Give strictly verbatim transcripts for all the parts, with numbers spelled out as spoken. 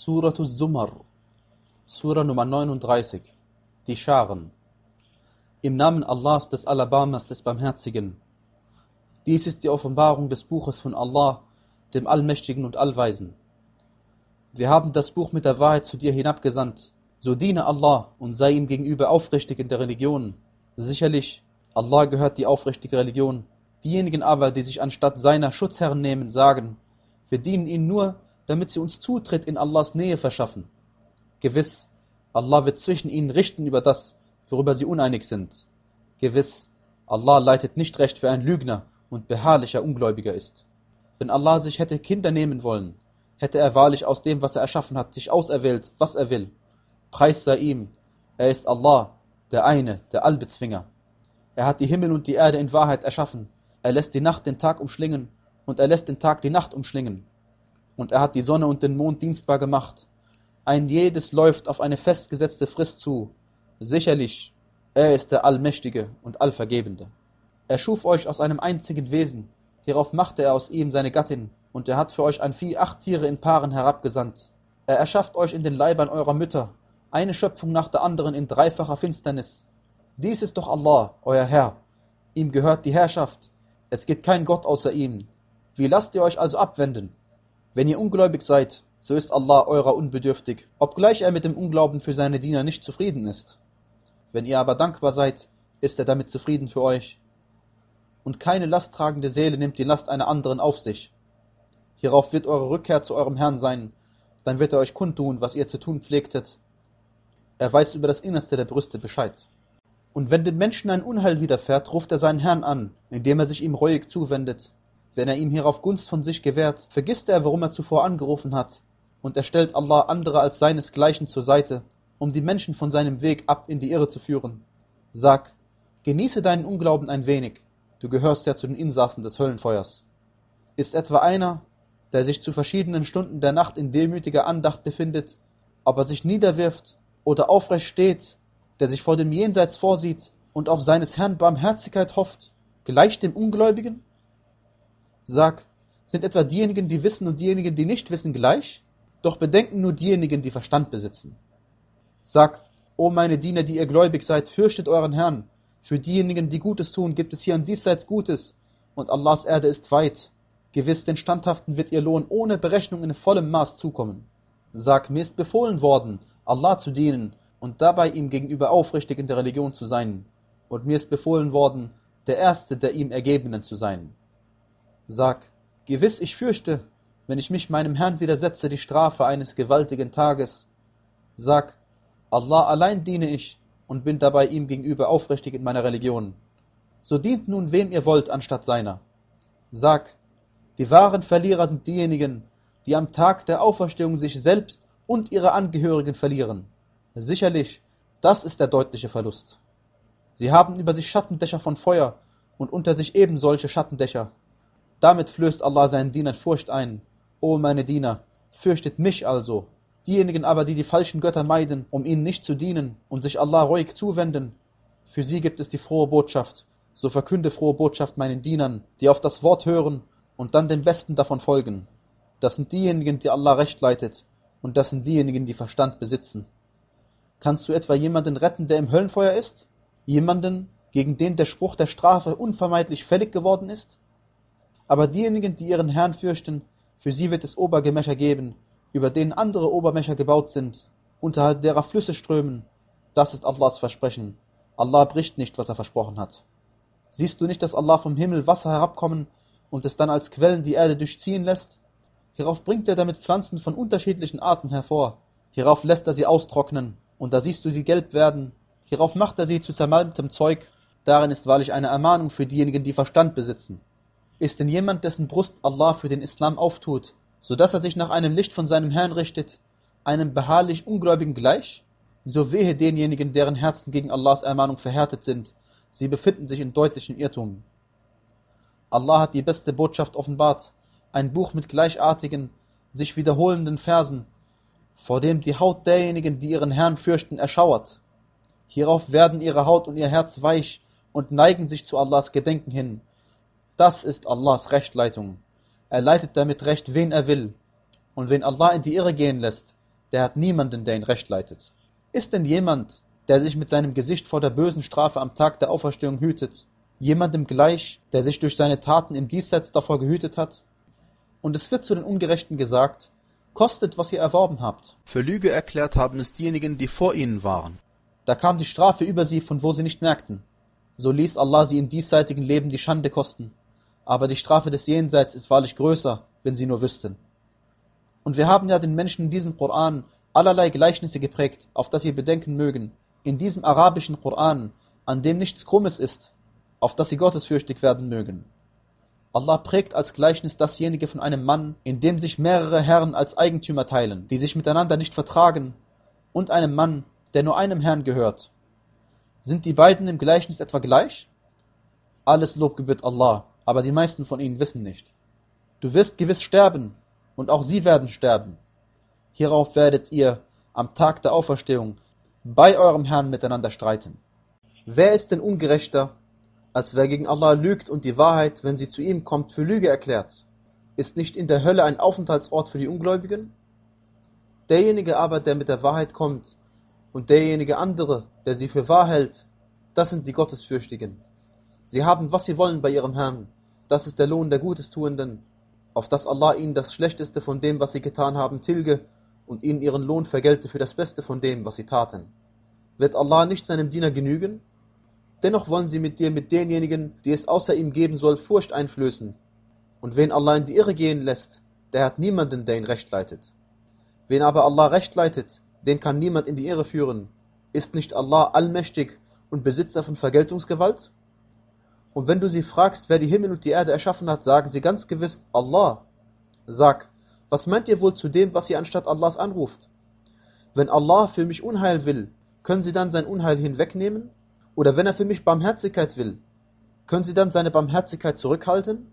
Suratul Zumar, Sura Nummer neununddreißig, die Scharen. Im Namen Allahs, des Alabamas, des Barmherzigen. Dies ist die Offenbarung des Buches von Allah, dem Allmächtigen und Allweisen. Wir haben das Buch mit der Wahrheit zu dir hinabgesandt. So diene Allah und sei ihm gegenüber aufrichtig in der Religion. Sicherlich, Allah gehört die aufrichtige Religion. Diejenigen aber, die sich anstatt seiner Schutzherren nehmen, sagen, wir dienen ihnen nur, damit sie uns Zutritt in Allahs Nähe verschaffen. Gewiss, Allah wird zwischen ihnen richten über das, worüber sie uneinig sind. Gewiss, Allah leitet nicht recht, wer ein Lügner und beharrlicher Ungläubiger ist. Wenn Allah sich hätte Kinder nehmen wollen, hätte er wahrlich aus dem, was er erschaffen hat, sich auserwählt, was er will. Preis sei ihm, er ist Allah, der eine, der Allbezwinger. Er hat die Himmel und die Erde in Wahrheit erschaffen. Er lässt die Nacht den Tag umschlingen und er lässt den Tag die Nacht umschlingen. Und er hat die Sonne und den Mond dienstbar gemacht. Ein jedes läuft auf eine festgesetzte Frist zu. Sicherlich, er ist der Allmächtige und Allvergebende. Er schuf euch aus einem einzigen Wesen. Hierauf machte er aus ihm seine Gattin. Und er hat für euch ein Vieh acht Tiere in Paaren herabgesandt. Er erschafft euch in den Leibern eurer Mütter, eine Schöpfung nach der anderen in dreifacher Finsternis. Dies ist doch Allah, euer Herr. Ihm gehört die Herrschaft. Es gibt keinen Gott außer ihm. Wie lasst ihr euch also abwenden? Wenn ihr ungläubig seid, so ist Allah eurer unbedürftig, obgleich er mit dem Unglauben für seine Diener nicht zufrieden ist. Wenn ihr aber dankbar seid, ist er damit zufrieden für euch. Und keine lasttragende Seele nimmt die Last einer anderen auf sich. Hierauf wird eure Rückkehr zu eurem Herrn sein, dann wird er euch kundtun, was ihr zu tun pflegtet. Er weiß über das Innerste der Brüste Bescheid. Und wenn dem Menschen ein Unheil widerfährt, ruft er seinen Herrn an, indem er sich ihm reuig zuwendet. Wenn er ihm hierauf Gunst von sich gewährt, vergisst er, warum er zuvor angerufen hat, und er stellt Allah andere als seinesgleichen zur Seite, um die Menschen von seinem Weg ab in die Irre zu führen. Sag, genieße deinen Unglauben ein wenig, du gehörst ja zu den Insassen des Höllenfeuers. Ist etwa einer, der sich zu verschiedenen Stunden der Nacht in demütiger Andacht befindet, aber sich niederwirft oder aufrecht steht, der sich vor dem Jenseits vorsieht und auf seines Herrn Barmherzigkeit hofft, gleich dem Ungläubigen? Sag, sind etwa diejenigen, die wissen und diejenigen, die nicht wissen, gleich? Doch bedenken nur diejenigen, die Verstand besitzen. Sag, o meine Diener, die ihr gläubig seid, fürchtet euren Herrn. Für diejenigen, die Gutes tun, gibt es hier und diesseits Gutes, und Allahs Erde ist weit. Gewiss, den Standhaften wird ihr Lohn ohne Berechnung in vollem Maß zukommen. Sag, mir ist befohlen worden, Allah zu dienen und dabei ihm gegenüber aufrichtig in der Religion zu sein. Und mir ist befohlen worden, der Erste der ihm Ergebenen zu sein. Sag, gewiss, ich fürchte, wenn ich mich meinem Herrn widersetze, die Strafe eines gewaltigen Tages. Sag, Allah allein diene ich und bin dabei ihm gegenüber aufrichtig in meiner Religion. So dient nun wem ihr wollt anstatt seiner. Sag, die wahren Verlierer sind diejenigen, die am Tag der Auferstehung sich selbst und ihre Angehörigen verlieren. Sicherlich, das ist der deutliche Verlust. Sie haben über sich Schattendächer von Feuer und unter sich eben solche Schattendächer. Damit flößt Allah seinen Dienern Furcht ein. O meine Diener, fürchtet mich also. Diejenigen aber, die die falschen Götter meiden, um ihnen nicht zu dienen und sich Allah ruhig zuwenden, für sie gibt es die frohe Botschaft. So verkünde frohe Botschaft meinen Dienern, die auf das Wort hören und dann dem Besten davon folgen. Das sind diejenigen, die Allah recht leitet, und das sind diejenigen, die Verstand besitzen. Kannst du etwa jemanden retten, der im Höllenfeuer ist? Jemanden, gegen den der Spruch der Strafe unvermeidlich fällig geworden ist? Aber diejenigen, die ihren Herrn fürchten, für sie wird es Obergemächer geben, über denen andere Obermächer gebaut sind, unterhalb derer Flüsse strömen. Das ist Allahs Versprechen. Allah bricht nicht, was er versprochen hat. Siehst du nicht, dass Allah vom Himmel Wasser herabkommen und es dann als Quellen die Erde durchziehen lässt? Hierauf bringt er damit Pflanzen von unterschiedlichen Arten hervor. Hierauf lässt er sie austrocknen, und da siehst du sie gelb werden. Hierauf macht er sie zu zermalmtem Zeug. Darin ist wahrlich eine Ermahnung für diejenigen, die Verstand besitzen. Ist denn jemand, dessen Brust Allah für den Islam auftut, so dass er sich nach einem Licht von seinem Herrn richtet, einem beharrlich Ungläubigen gleich? So wehe denjenigen, deren Herzen gegen Allahs Ermahnung verhärtet sind. Sie befinden sich in deutlichem Irrtum. Allah hat die beste Botschaft offenbart, ein Buch mit gleichartigen, sich wiederholenden Versen, vor dem die Haut derjenigen, die ihren Herrn fürchten, erschauert. Hierauf werden ihre Haut und ihr Herz weich und neigen sich zu Allahs Gedenken hin. Das ist Allahs Rechtleitung. Er leitet damit recht, wen er will. Und wen Allah in die Irre gehen lässt, der hat niemanden, der ihn recht leitet. Ist denn jemand, der sich mit seinem Gesicht vor der bösen Strafe am Tag der Auferstehung hütet, jemandem gleich, der sich durch seine Taten im Diesseits davor gehütet hat? Und es wird zu den Ungerechten gesagt, kostet, was ihr erworben habt. Für Lüge erklärt haben es diejenigen, die vor ihnen waren. Da kam die Strafe über sie, von wo sie nicht merkten. So ließ Allah sie im diesseitigen Leben die Schande kosten. Aber die Strafe des Jenseits ist wahrlich größer, wenn sie nur wüssten. Und wir haben ja den Menschen in diesem Koran allerlei Gleichnisse geprägt, auf das sie bedenken mögen. In diesem arabischen Koran, an dem nichts Krummes ist, auf das sie gottesfürchtig werden mögen. Allah prägt als Gleichnis dasjenige von einem Mann, in dem sich mehrere Herren als Eigentümer teilen, die sich miteinander nicht vertragen, und einem Mann, der nur einem Herrn gehört. Sind die beiden im Gleichnis etwa gleich? Alles Lob gebührt Allah, aber die meisten von ihnen wissen nicht. Du wirst gewiss sterben, und auch sie werden sterben. Hierauf werdet ihr am Tag der Auferstehung bei eurem Herrn miteinander streiten. Wer ist denn ungerechter, als wer gegen Allah lügt und die Wahrheit, wenn sie zu ihm kommt, für Lüge erklärt? Ist nicht in der Hölle ein Aufenthaltsort für die Ungläubigen? Derjenige aber, der mit der Wahrheit kommt, und derjenige andere, der sie für wahr hält, das sind die Gottesfürchtigen. Sie haben, was sie wollen bei ihrem Herrn. Das ist der Lohn der Gutestuenden, auf dass Allah ihnen das Schlechteste von dem, was sie getan haben, tilge und ihnen ihren Lohn vergelte für das Beste von dem, was sie taten. Wird Allah nicht seinem Diener genügen? Dennoch wollen sie mit dir mit denjenigen, die es außer ihm geben soll, Furcht einflößen. Und wen Allah in die Irre gehen lässt, der hat niemanden, der ihn recht leitet. Wen aber Allah recht leitet, den kann niemand in die Irre führen. Ist nicht Allah allmächtig und Besitzer von Vergeltungsgewalt? Und wenn du sie fragst, wer die Himmel und die Erde erschaffen hat, sagen sie ganz gewiss, Allah. Sag, was meint ihr wohl zu dem, was ihr anstatt Allahs anruft? Wenn Allah für mich Unheil will, können sie dann sein Unheil hinwegnehmen? Oder wenn er für mich Barmherzigkeit will, können sie dann seine Barmherzigkeit zurückhalten?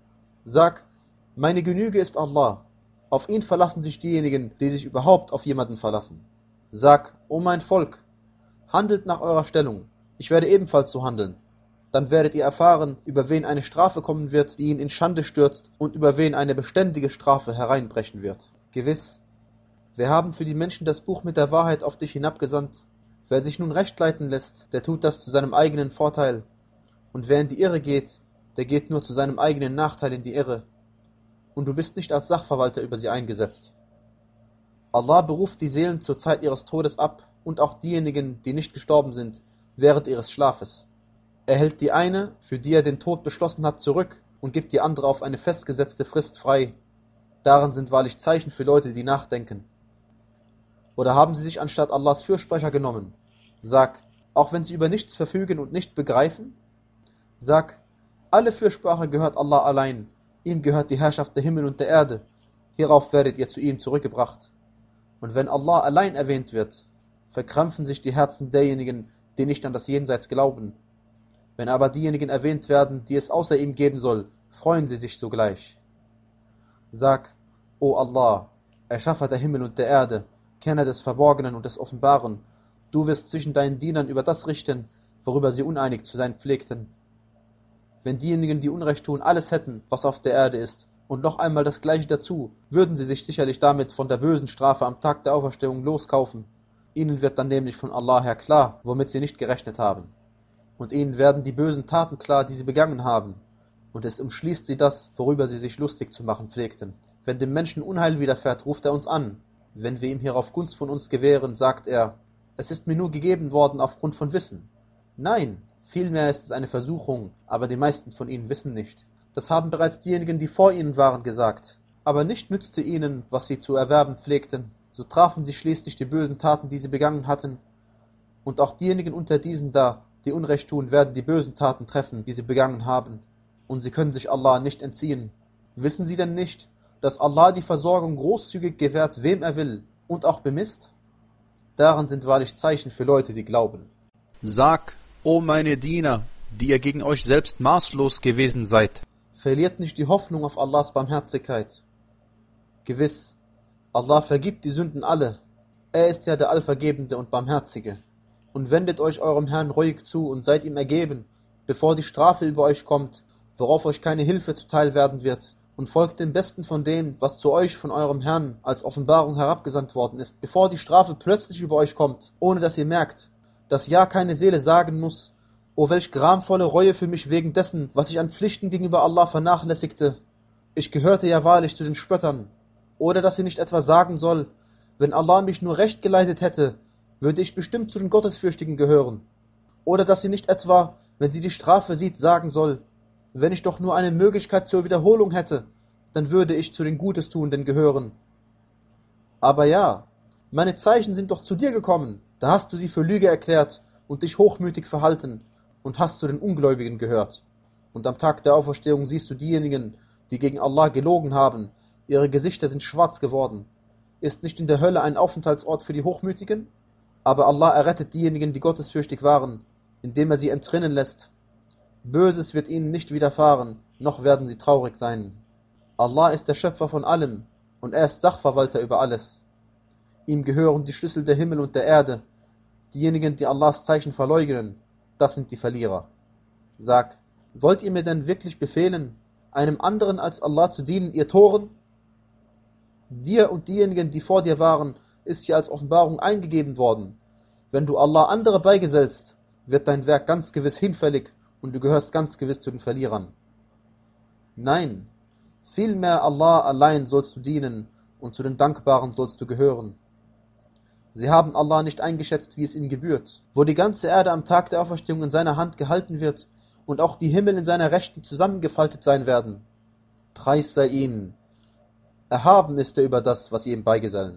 Sag, meine Genüge ist Allah. Auf ihn verlassen sich diejenigen, die sich überhaupt auf jemanden verlassen. Sag, o mein Volk, handelt nach eurer Stellung. Ich werde ebenfalls so handeln. Dann werdet ihr erfahren, über wen eine Strafe kommen wird, die ihn in Schande stürzt, und über wen eine beständige Strafe hereinbrechen wird. Gewiss, wir haben für die Menschen das Buch mit der Wahrheit auf dich hinabgesandt. Wer sich nun recht leiten lässt, der tut das zu seinem eigenen Vorteil. Und wer in die Irre geht, der geht nur zu seinem eigenen Nachteil in die Irre. Und du bist nicht als Sachverwalter über sie eingesetzt. Allah beruft die Seelen zur Zeit ihres Todes ab und auch diejenigen, die nicht gestorben sind, während ihres Schlafes. Er hält die eine, für die er den Tod beschlossen hat, zurück und gibt die andere auf eine festgesetzte Frist frei. Darin sind wahrlich Zeichen für Leute, die nachdenken. Oder haben sie sich anstatt Allahs Fürsprecher genommen? Sag, auch wenn sie über nichts verfügen und nicht begreifen? Sag, alle Fürsprache gehört Allah allein. Ihm gehört die Herrschaft der Himmel und der Erde. Hierauf werdet ihr zu ihm zurückgebracht. Und wenn Allah allein erwähnt wird, verkrampfen sich die Herzen derjenigen, die nicht an das Jenseits glauben. Wenn aber diejenigen erwähnt werden, die es außer ihm geben soll, freuen sie sich sogleich. Sag, O Allah, Erschaffer der Himmel und der Erde, Kenner des Verborgenen und des Offenbaren, du wirst zwischen deinen Dienern über das richten, worüber sie uneinig zu sein pflegten. Wenn diejenigen, die Unrecht tun, alles hätten, was auf der Erde ist, und noch einmal das Gleiche dazu, würden sie sich sicherlich damit von der bösen Strafe am Tag der Auferstehung loskaufen. Ihnen wird dann nämlich von Allah her klar, womit sie nicht gerechnet haben. Und ihnen werden die bösen Taten klar, die sie begangen haben. Und es umschließt sie das, worüber sie sich lustig zu machen pflegten. Wenn dem Menschen Unheil widerfährt, ruft er uns an. Wenn wir ihm hierauf Gunst von uns gewähren, sagt er, es ist mir nur gegeben worden aufgrund von Wissen. Nein, vielmehr ist es eine Versuchung, aber die meisten von ihnen wissen nicht. Das haben bereits diejenigen, die vor ihnen waren, gesagt. Aber nicht nützte ihnen, was sie zu erwerben pflegten. So trafen sie schließlich die bösen Taten, die sie begangen hatten. Und auch diejenigen unter diesen da, die Unrecht tun, werden die bösen Taten treffen, die sie begangen haben. Und sie können sich Allah nicht entziehen. Wissen sie denn nicht, dass Allah die Versorgung großzügig gewährt, wem er will, und auch bemisst? Darin sind wahrlich Zeichen für Leute, die glauben. Sag, o meine Diener, die ihr gegen euch selbst maßlos gewesen seid. Verliert nicht die Hoffnung auf Allahs Barmherzigkeit. Gewiss, Allah vergibt die Sünden alle. Er ist ja der Allvergebende und Barmherzige. Und wendet euch eurem Herrn ruhig zu und seid ihm ergeben, bevor die Strafe über euch kommt, worauf euch keine Hilfe zuteil werden wird, und folgt dem Besten von dem, was zu euch von eurem Herrn als Offenbarung herabgesandt worden ist, bevor die Strafe plötzlich über euch kommt, ohne dass ihr merkt, dass ja keine Seele sagen muss, o welch gramvolle Reue für mich wegen dessen, was ich an Pflichten gegenüber Allah vernachlässigte. Ich gehörte ja wahrlich zu den Spöttern. Oder dass sie nicht etwa sagen soll, wenn Allah mich nur recht geleitet hätte, würde ich bestimmt zu den Gottesfürchtigen gehören. Oder dass sie nicht etwa, wenn sie die Strafe sieht, sagen soll, wenn ich doch nur eine Möglichkeit zur Wiederholung hätte, dann würde ich zu den Gutestuenden gehören. Aber ja, meine Zeichen sind doch zu dir gekommen, da hast du sie für Lüge erklärt und dich hochmütig verhalten und hast zu den Ungläubigen gehört. Und am Tag der Auferstehung siehst du diejenigen, die gegen Allah gelogen haben, ihre Gesichter sind schwarz geworden. Ist nicht in der Hölle ein Aufenthaltsort für die Hochmütigen? Aber Allah errettet diejenigen, die gottesfürchtig waren, indem er sie entrinnen lässt. Böses wird ihnen nicht widerfahren, noch werden sie traurig sein. Allah ist der Schöpfer von allem und er ist Sachverwalter über alles. Ihm gehören die Schlüssel der Himmel und der Erde. Diejenigen, die Allahs Zeichen verleugnen, das sind die Verlierer. Sag, wollt ihr mir denn wirklich befehlen, einem anderen als Allah zu dienen, ihr Toren? Dir und diejenigen, die vor dir waren, ist hier als Offenbarung eingegeben worden. Wenn du Allah andere beigesellst, wird dein Werk ganz gewiss hinfällig und du gehörst ganz gewiss zu den Verlierern. Nein, vielmehr Allah allein sollst du dienen und zu den Dankbaren sollst du gehören. Sie haben Allah nicht eingeschätzt, wie es ihm gebührt. Wo die ganze Erde am Tag der Auferstehung in seiner Hand gehalten wird und auch die Himmel in seiner Rechten zusammengefaltet sein werden. Preis sei ihm. Erhaben ist er über das, was sie ihm beigesellen.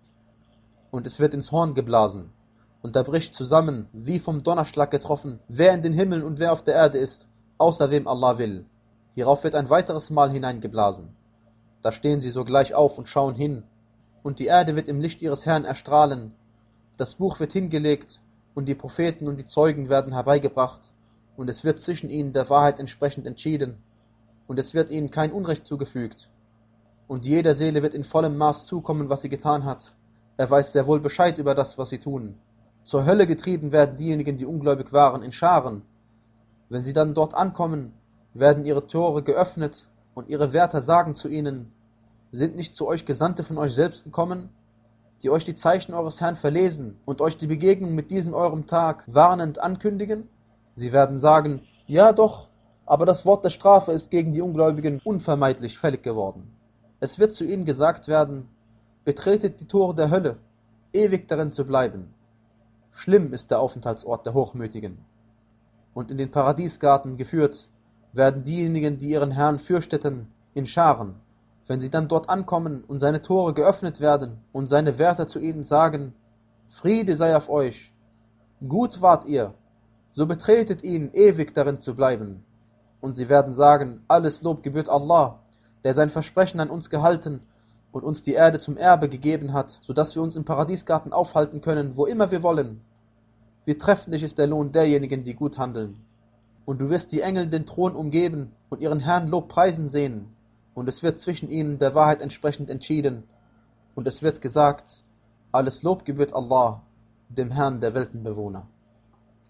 Und es wird ins Horn geblasen. Und da bricht zusammen, wie vom Donnerschlag getroffen, wer in den Himmeln und wer auf der Erde ist, außer wem Allah will. Hierauf wird ein weiteres Mal hineingeblasen. Da stehen sie sogleich auf und schauen hin. Und die Erde wird im Licht ihres Herrn erstrahlen. Das Buch wird hingelegt und die Propheten und die Zeugen werden herbeigebracht. Und es wird zwischen ihnen der Wahrheit entsprechend entschieden. Und es wird ihnen kein Unrecht zugefügt. Und jeder Seele wird in vollem Maß zukommen, was sie getan hat. Er weiß sehr wohl Bescheid über das, was sie tun. Zur Hölle getrieben werden diejenigen, die ungläubig waren, in Scharen. Wenn sie dann dort ankommen, werden ihre Tore geöffnet und ihre Wärter sagen zu ihnen, sind nicht zu euch Gesandte von euch selbst gekommen, die euch die Zeichen eures Herrn verlesen und euch die Begegnung mit diesem eurem Tag warnend ankündigen? Sie werden sagen, ja doch, aber das Wort der Strafe ist gegen die Ungläubigen unvermeidlich fällig geworden. Es wird zu ihnen gesagt werden, betretet die Tore der Hölle, ewig darin zu bleiben. Schlimm ist der Aufenthaltsort der Hochmütigen. Und in den Paradiesgarten geführt werden diejenigen, die ihren Herrn fürchteten, in Scharen. Wenn sie dann dort ankommen und seine Tore geöffnet werden und seine Wärter zu ihnen sagen, Friede sei auf euch, gut wart ihr, so betretet ihn, ewig darin zu bleiben. Und sie werden sagen, alles Lob gebührt Allah, der sein Versprechen an uns gehalten und uns die Erde zum Erbe gegeben hat, so dass wir uns im Paradiesgarten aufhalten können, wo immer wir wollen. Wie trefflich ist der Lohn derjenigen, die gut handeln. Und du wirst die Engel den Thron umgeben und ihren Herrn Lob preisen sehen. Und es wird zwischen ihnen der Wahrheit entsprechend entschieden. Und es wird gesagt, alles Lob gebührt Allah, dem Herrn der Weltenbewohner.